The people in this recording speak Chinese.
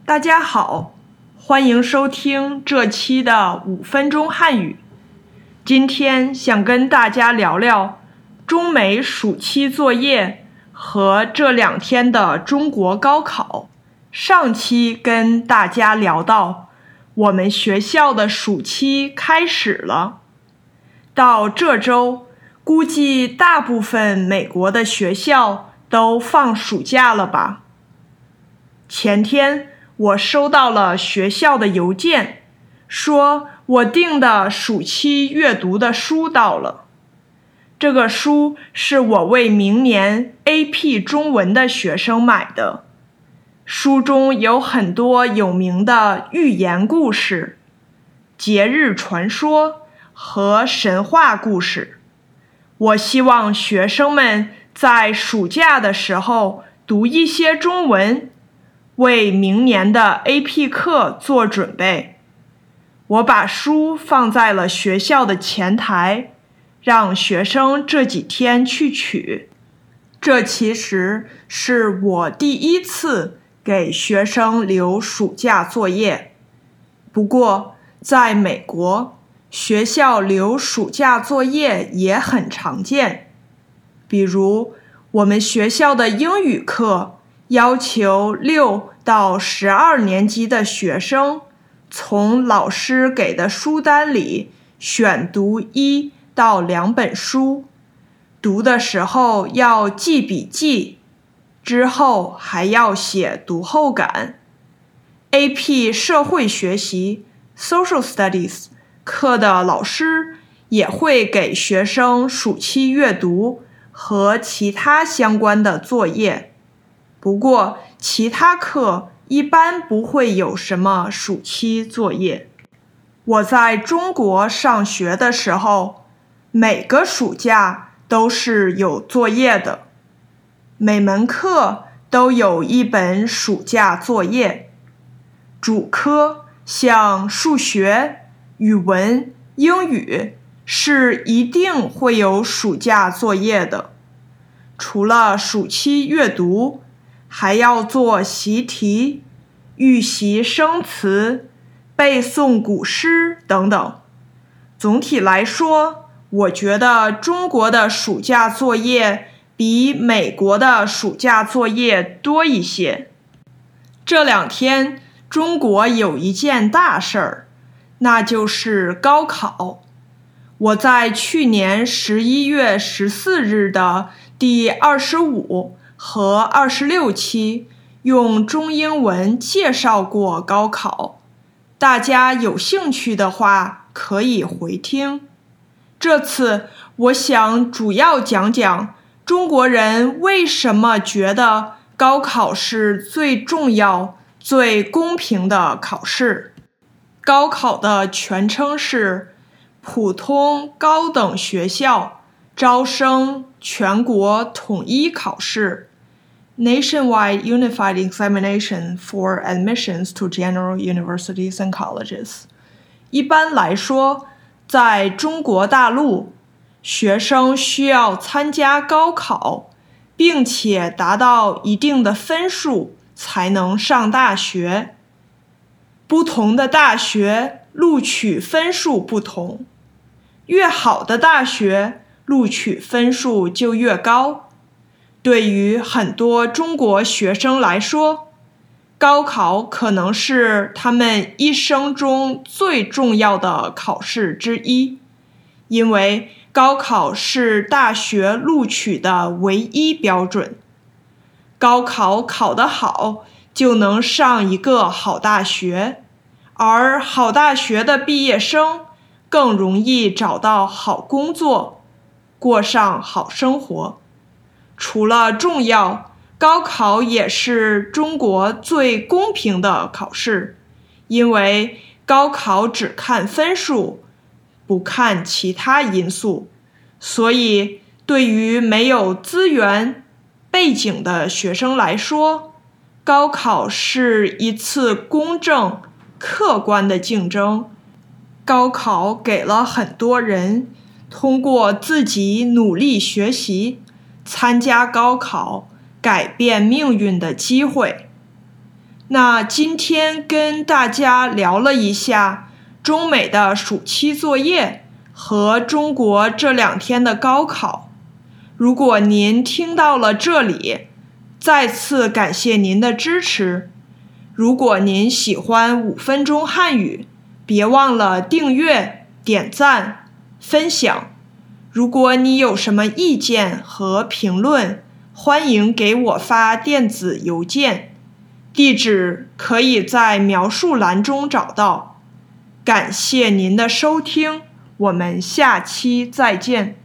大家好，欢迎收听这期的5分钟汉语。今天想跟大家聊聊中美暑期作业和这2天的中国高考。上期跟大家聊到，我们学校的暑期开始了，到这周估计大部分美国的学校都放暑假了吧。前天我收到了学校的邮件，说我订的暑期阅读的书到了。这个书是我为明年 AP 中文的学生买的，书中有很多有名的寓言故事、节日传说和神话故事。我希望学生们在暑假的时候读一些中文，为明年的 AP 课做准备。我把书放在了学校的前台，让学生这几天去取。这其实是我第一次给学生留暑假作业。不过，在美国，学校留暑假作业也很常见。比如，我们学校的英语课要求6到12年级的学生从老师给的书单里选读1到2本书，读的时候要记笔记，之后还要写读后感。AP 社会学习 Social Studies 课的老师也会给学生暑期阅读和其他相关的作业。不过，其他课一般不会有什么暑期作业。我在中国上学的时候，每个暑假都是有作业的，每门课都有一本暑假作业。主科像数学、语文、英语是一定会有暑假作业的。除了暑期阅读，还要做习题、预习生词、背诵古诗等等。总体来说，我觉得中国的暑假作业比美国的暑假作业多一些。这2天，中国有一件大事儿，那就是高考。我在去年11月14日的第25和26期用中英文介绍过高考，大家有兴趣的话可以回听。这次我想主要讲讲中国人为什么觉得高考是最重要、最公平的考试。高考的全称是普通高等学校招生全国统一考试 Nationwide Unified Examination for Admissions to General Universities and Colleges。 一般来说，在中国大陆，学生需要参加高考，并且达到一定的分数才能上大学。不同的大学录取分数不同，越好的大学录取分数就越高。对于很多中国学生来说，高考可能是他们一生中最重要的考试之一，因为高考是大学录取的唯一标准。高考考得好，就能上一个好大学，而好大学的毕业生更容易找到好工作，过上好生活。除了重要，高考也是中国最公平的考试，因为高考只看分数，不看其他因素，所以对于没有资源背景的学生来说，高考是一次公正、客观的竞争。高考给了很多人通过自己努力学习，参加高考改变命运的机会。 那今天跟大家聊了一下中美的暑期作业和中国这2天的高考。如果您听到了这里，再次感谢您的支持。如果您喜欢5分钟汉语，别忘了订阅、点赞、分享。如果你有什么意见和评论，欢迎给我发电子邮件，地址可以在描述栏中找到。感谢您的收听，我们下期再见。